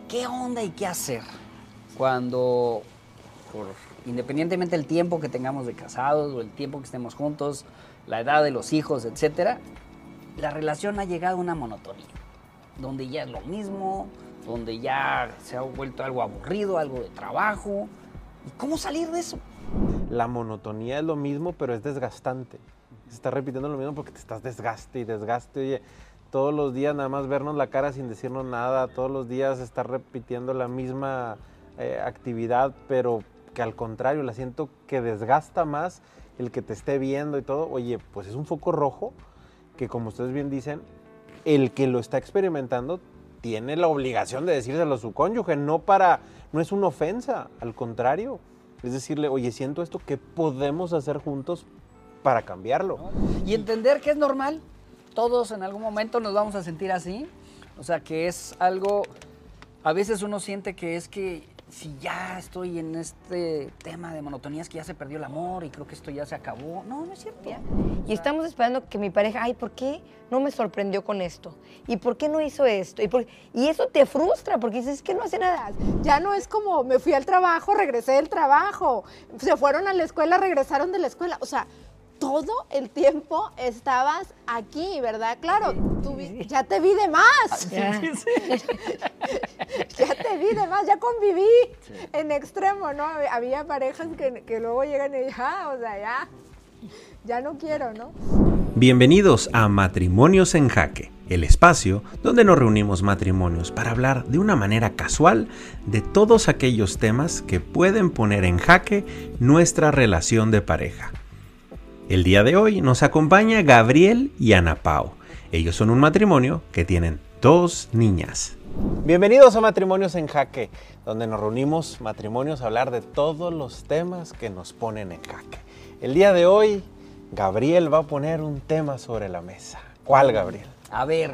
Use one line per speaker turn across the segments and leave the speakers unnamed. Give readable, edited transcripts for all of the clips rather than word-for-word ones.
¿Qué onda y qué hacer cuando, independientemente del tiempo que tengamos de casados o el tiempo que estemos juntos, la edad de los hijos, etcétera, la relación ha llegado a una monotonía, donde ya es lo mismo, donde ya se ha vuelto algo aburrido, algo de trabajo? ¿Y cómo salir de eso?
La monotonía es lo mismo, pero es desgastante. Se está repitiendo lo mismo porque te estás desgaste y desgaste. Oye, todos los días nada más vernos la cara sin decirnos nada, todos los días estar repitiendo la misma actividad, pero que al contrario, la siento que desgasta más el que te esté viendo y todo. Oye, pues es un foco rojo que, como ustedes bien dicen, el que lo está experimentando tiene la obligación de decírselo a su cónyuge, no es una ofensa, al contrario. Es decirle, oye, siento esto, ¿qué podemos hacer juntos para cambiarlo?
Y entender que es normal. Todos en algún momento nos vamos a sentir así. O sea, que es algo... A veces uno siente que es que si ya estoy en este tema de monotonía es que ya se perdió el amor y creo que esto ya se acabó. No, no es cierto.
Y estamos esperando que mi pareja, ay, ¿por qué no me sorprendió con esto? ¿Y por qué no hizo esto? Y eso te frustra porque dices, es que no hace nada.
Ya no es como, me fui al trabajo, regresé del trabajo, se fueron a la escuela, regresaron de la escuela. O sea, todo el tiempo estabas aquí, ¿verdad? Claro, ya te vi de más.
Ya.
Ya te vi de más, ya conviví en extremo, ¿no? Había parejas que luego llegan y o sea, ya no quiero, ¿no?
Bienvenidos a Matrimonios en Jaque, el espacio donde nos reunimos matrimonios para hablar de una manera casual de todos aquellos temas que pueden poner en jaque nuestra relación de pareja. El día de hoy nos acompaña Gabriel y Ana Pau. Ellos son un matrimonio que tienen 2 niñas.
Bienvenidos a Matrimonios en Jaque, donde nos reunimos matrimonios a hablar de todos los temas que nos ponen en jaque. El día de hoy, Gabriel va a poner un tema sobre la mesa. ¿Cuál, Gabriel?
A ver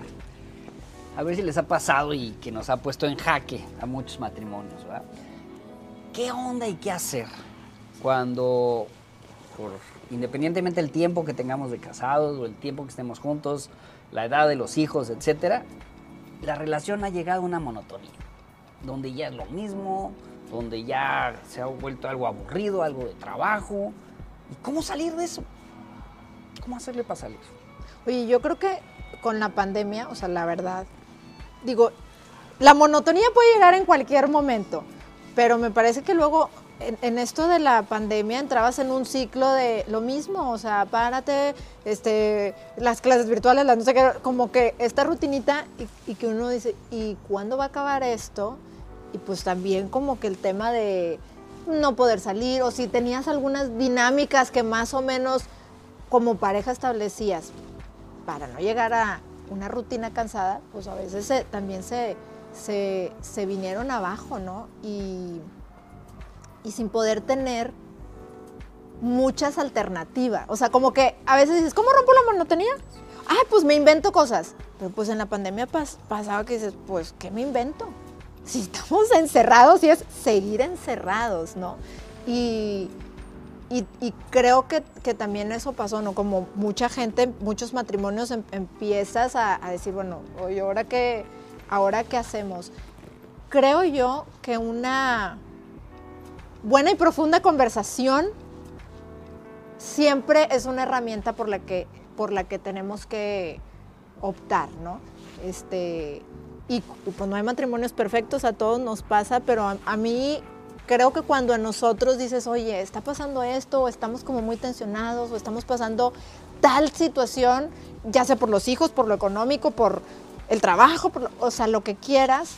si les ha pasado y que nos ha puesto en jaque a muchos matrimonios, ¿verdad? ¿Qué onda y qué hacer cuando, independientemente del tiempo que tengamos de casados o el tiempo que estemos juntos, la edad de los hijos, etcétera, la relación ha llegado a una monotonía, donde ya es lo mismo, donde ya se ha vuelto algo aburrido, algo de trabajo? ¿Y cómo salir de eso? ¿Cómo hacerle para salir?
Oye, yo creo que con la pandemia, o sea, la verdad, digo, la monotonía puede llegar en cualquier momento, pero me parece que luego en esto de la pandemia entrabas en un ciclo de lo mismo, o sea, párate, las clases virtuales, las no sé qué, como que esta rutinita y que uno dice, ¿y cuándo va a acabar esto? Y pues también como que el tema de no poder salir, o si tenías algunas dinámicas que más o menos como pareja establecías para no llegar a una rutina cansada, pues a veces también se vinieron abajo, ¿no? Y sin poder tener muchas alternativas. O sea, como que a veces dices, ¿cómo rompo la monotonía? Ay, pues me invento cosas. Pero pues en la pandemia pasaba que dices, pues, ¿qué me invento? Si estamos encerrados y es seguir encerrados, ¿no? Y creo que también eso pasó, ¿no? Como mucha gente, muchos matrimonios empiezas a decir, bueno, oye, ¿ahora qué hacemos? Creo yo que una buena y profunda conversación siempre es una herramienta por la que tenemos que optar, ¿no? Y pues no hay matrimonios perfectos, a todos nos pasa, pero a mí creo que cuando a nosotros dices, oye, está pasando esto, o estamos como muy tensionados, o estamos pasando tal situación, ya sea por los hijos, por lo económico, por el trabajo, o sea, lo que quieras,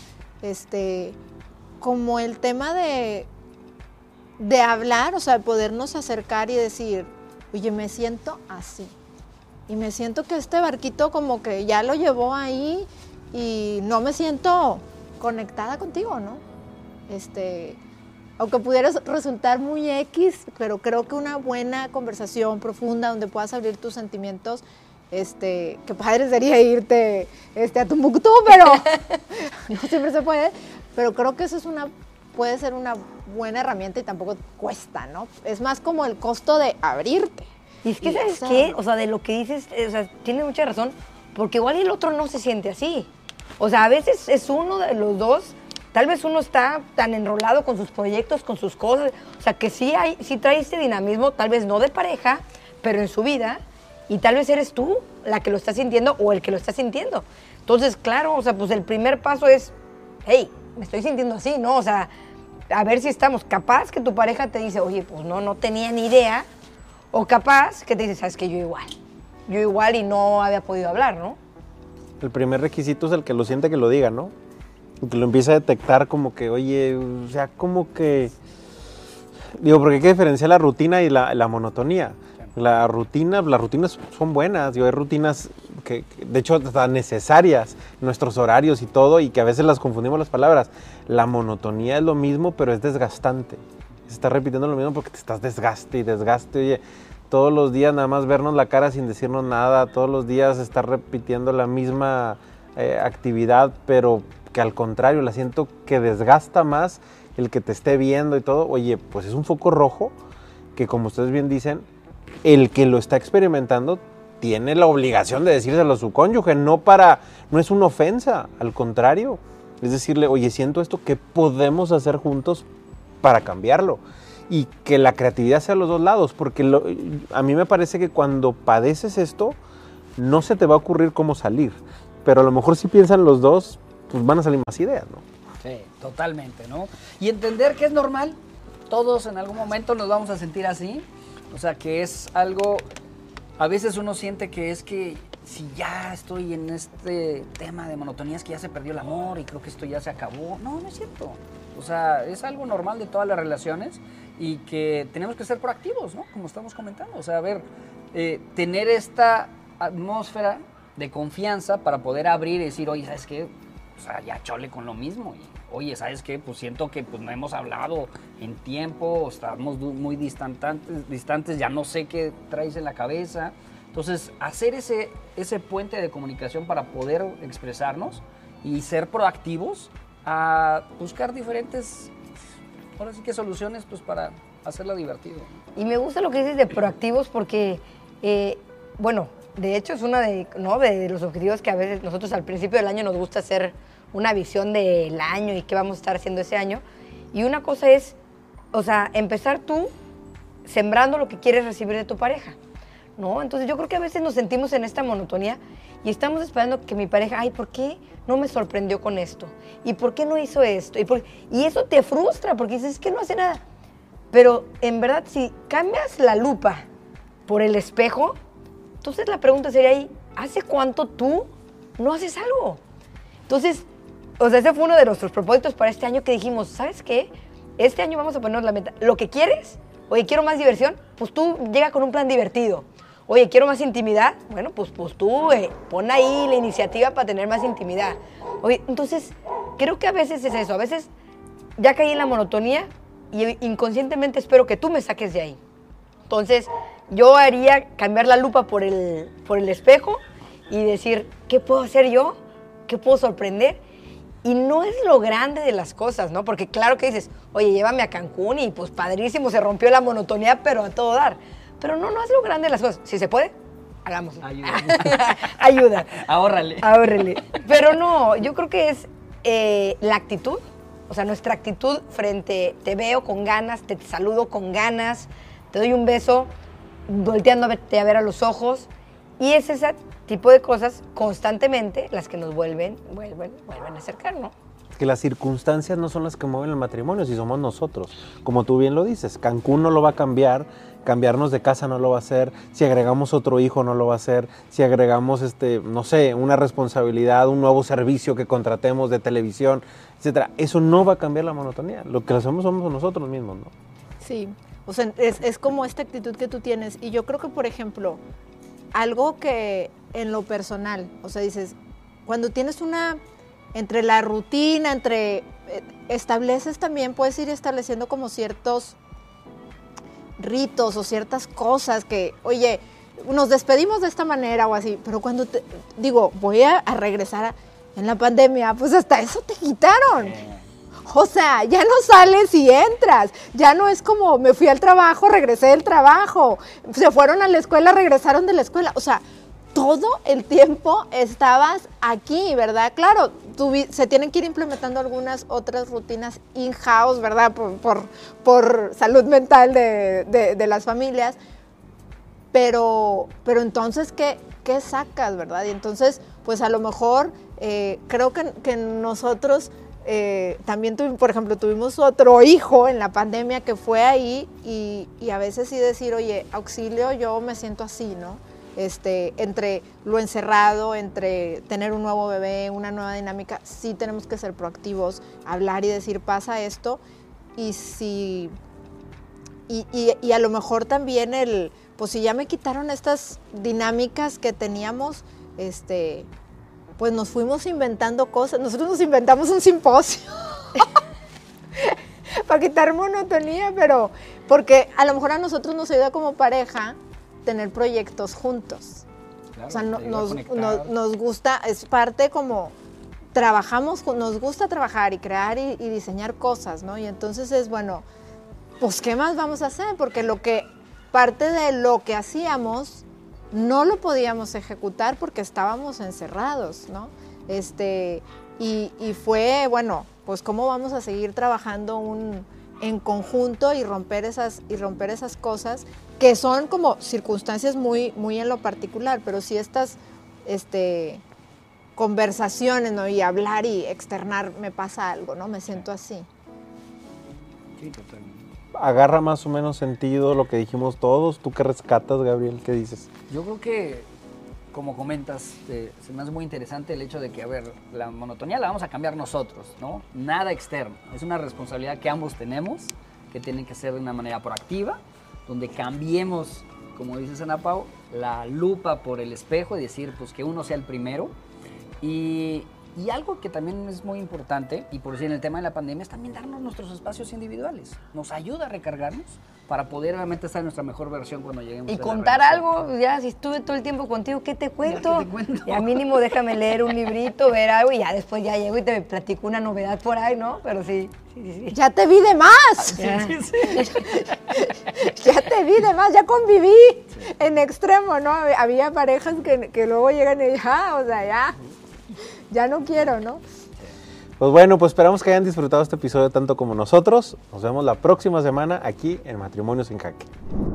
como el tema de hablar, o sea, de podernos acercar y decir, oye, me siento así. Y me siento que este barquito como que ya lo llevó ahí y no me siento conectada contigo, ¿no? Aunque pudiera resultar muy X, pero creo que una buena conversación profunda donde puedas abrir tus sentimientos, que padre sería irte a Tombuctú, pero no siempre se puede. Pero creo que eso puede ser una buena herramienta y tampoco cuesta, ¿no? Es más como el costo de abrirte.
Y es que, ¿sabes qué? O sea, de lo que dices, o sea, tienes mucha razón, porque igual el otro no se siente así. O sea, a veces es uno de los dos tal vez uno está tan enrolado con sus proyectos, con sus cosas, o sea, que sí trae este dinamismo, tal vez no de pareja, pero en su vida, y tal vez eres tú la que lo está sintiendo o el que lo está sintiendo. Entonces, claro, o sea, pues el primer paso es, hey, me estoy sintiendo así, ¿no? O sea, a ver si estamos. Capaz que tu pareja te dice, oye, pues no tenía ni idea, o capaz que te dice, sabes que yo igual y no había podido hablar, ¿no?
El primer requisito es el que lo siente que lo diga, ¿no? El que lo empieza a detectar como que, oye, o sea, como que... Digo, porque hay que diferenciar la rutina y la monotonía. Las rutinas son buenas, hay rutinas que de hecho están necesarias, nuestros horarios y todo, y que a veces las confundimos las palabras. La monotonía es lo mismo, pero es desgastante. Se está repitiendo lo mismo porque te estás desgaste, oye, todos los días nada más vernos la cara sin decirnos nada, todos los días estar repitiendo la misma actividad, pero que al contrario, la siento que desgasta más el que te esté viendo y todo. Oye, pues es un foco rojo que, como ustedes bien dicen, el que lo está experimentando tiene la obligación de decírselo a su cónyuge, no es una ofensa, al contrario, es decirle, oye, siento esto, ¿qué podemos hacer juntos para cambiarlo? Y que la creatividad sea a los dos lados, porque a mí me parece que cuando padeces esto, no se te va a ocurrir cómo salir, pero a lo mejor si piensan los dos, pues van a salir más ideas, ¿no?
Sí, totalmente, ¿no? Y entender que es normal, todos en algún momento nos vamos a sentir así, o sea, que es algo, a veces uno siente que es que si ya estoy en este tema de monotonía es que ya se perdió el amor y creo que esto ya se acabó. No es cierto. O sea, es algo normal de todas las relaciones y que tenemos que ser proactivos, ¿no? Como estamos comentando. O sea, a ver, tener esta atmósfera de confianza para poder abrir y decir, oye, ¿sabes qué? O sea, ya chole con lo mismo. Y, oye, ¿sabes qué? Pues siento que pues, no hemos hablado en tiempo, estamos muy distantes, ya no sé qué traes en la cabeza. Entonces, hacer ese puente de comunicación para poder expresarnos y ser proactivos a buscar diferentes, ahora sí que soluciones, pues para hacerlo divertido.
Y me gusta lo que dices de proactivos porque, bueno, de hecho es uno de los objetivos que a veces nosotros al principio del año nos gusta hacer una visión del año y qué vamos a estar haciendo ese año. Y una cosa es, o sea, empezar tú sembrando lo que quieres recibir de tu pareja, ¿no? Entonces yo creo que a veces nos sentimos en esta monotonía y estamos esperando que mi pareja, ay, ¿por qué no me sorprendió con esto? ¿Y por qué no hizo esto? Y eso te frustra porque dices, es que no hace nada. Pero en verdad, si cambias la lupa por el espejo, entonces la pregunta sería ahí, ¿hace cuánto tú no haces algo? Entonces, o sea, ese fue uno de nuestros propósitos para este año que dijimos, ¿sabes qué? Este año vamos a ponernos la meta. Lo que quieres, oye, quiero más diversión, pues tú llega con un plan divertido. Oye, quiero más intimidad, bueno, pues tú pon ahí la iniciativa para tener más intimidad. Oye, entonces, creo que a veces es eso, a veces ya caí en la monotonía y inconscientemente espero que tú me saques de ahí. Entonces, yo haría cambiar la lupa por el espejo y decir, ¿qué puedo hacer yo? ¿Qué puedo sorprender? Y no es lo grande de las cosas, ¿no? Porque claro que dices, oye, llévame a Cancún y pues padrísimo, se rompió la monotonía, pero a todo dar. Pero no es lo grande de las cosas. Si se puede, hagámoslo.
Ayuda.
Ayuda.
Ahórrale.
Pero no, yo creo que es la actitud, o sea, nuestra actitud frente, te veo con ganas, te saludo con ganas, te doy un beso, volteando a ver a los ojos, y es ese tipo de cosas constantemente las que nos vuelven a acercar, ¿no?
Que las circunstancias no son las que mueven el matrimonio, si somos nosotros. Como tú bien lo dices, Cancún no lo va a cambiar, cambiarnos de casa no lo va a hacer, si agregamos otro hijo no lo va a hacer, si agregamos, no sé, una responsabilidad, un nuevo servicio que contratemos de televisión, etcétera. Eso no va a cambiar la monotonía. Lo que lo hacemos somos nosotros mismos, ¿no?
Sí, o sea, es como esta actitud que tú tienes. Y yo creo que, por ejemplo, algo que en lo personal, o sea, dices, cuando tienes entre la rutina, estableces también, puedes ir estableciendo como ciertos ritos o ciertas cosas que, oye, nos despedimos de esta manera o así, pero cuando voy a regresar en la pandemia, pues hasta eso te quitaron. O sea, ya no sales y entras, ya no es como me fui al trabajo, regresé del trabajo, se fueron a la escuela, regresaron de la escuela, o sea, todo el tiempo estabas aquí, ¿verdad? Claro, se tienen que ir implementando algunas otras rutinas in-house, ¿verdad? Por salud mental de las familias. Pero entonces, ¿qué sacas, verdad? Y entonces, pues a lo mejor creo que nosotros también, por ejemplo, tuvimos otro hijo en la pandemia que fue ahí y a veces sí decir, oye, auxilio, yo me siento así, ¿no? Entre lo encerrado, entre tener un nuevo bebé, una nueva dinámica, sí tenemos que ser proactivos, hablar y decir, pasa esto, y a lo mejor también pues si ya me quitaron estas dinámicas que teníamos, pues nos fuimos inventando cosas. Nosotros nos inventamos un simposio para quitar monotonía, pero porque a lo mejor a nosotros nos ayuda como pareja tener proyectos juntos.
Claro,
o sea,
nos
gusta, es parte como trabajamos, nos gusta trabajar y crear y diseñar cosas, ¿no? Y entonces es, bueno, pues ¿qué más vamos a hacer? Porque parte de lo que hacíamos no lo podíamos ejecutar porque estábamos encerrados, ¿no? Y fue, bueno, pues cómo vamos a seguir trabajando en conjunto y romper esas cosas que son como circunstancias muy, muy en lo particular, pero sí estas conversaciones, ¿no? Y hablar y externar, me pasa algo, ¿no? Me siento así.
Sí, totalmente.
Agarra más o menos sentido lo que dijimos todos. ¿Tú qué rescatas, Gabriel? ¿Qué dices?
Yo creo que, como comentas, se me hace muy interesante el hecho de que, a ver, la monotonía la vamos a cambiar nosotros, ¿no? Nada externo. Es una responsabilidad que ambos tenemos, que tiene que ser de una manera proactiva, donde cambiemos, como dices, Ana Pau, la lupa por el espejo y decir, pues, que uno sea el primero. Y algo que también es muy importante, y por decir en el tema de la pandemia, es también darnos nuestros espacios individuales. Nos ayuda a recargarnos para poder realmente estar en nuestra mejor versión cuando lleguemos
Y
a la
contar
relación.
algo, ya si estuve todo el tiempo contigo, ¿qué te cuento?
¿qué te cuento?
Ya mínimo déjame leer un librito, ver algo y ya después ya llego y te platico una novedad por ahí, ¿no? Pero sí.
¡Ya te vi de más!
Ya.
Ya te vi de más, ya conviví en extremo, ¿no? Había parejas que luego llegan y o sea, ya no quiero, ¿no?
Pues bueno, pues esperamos que hayan disfrutado este episodio tanto como nosotros. Nos vemos la próxima semana aquí en Matrimonios en Jaque.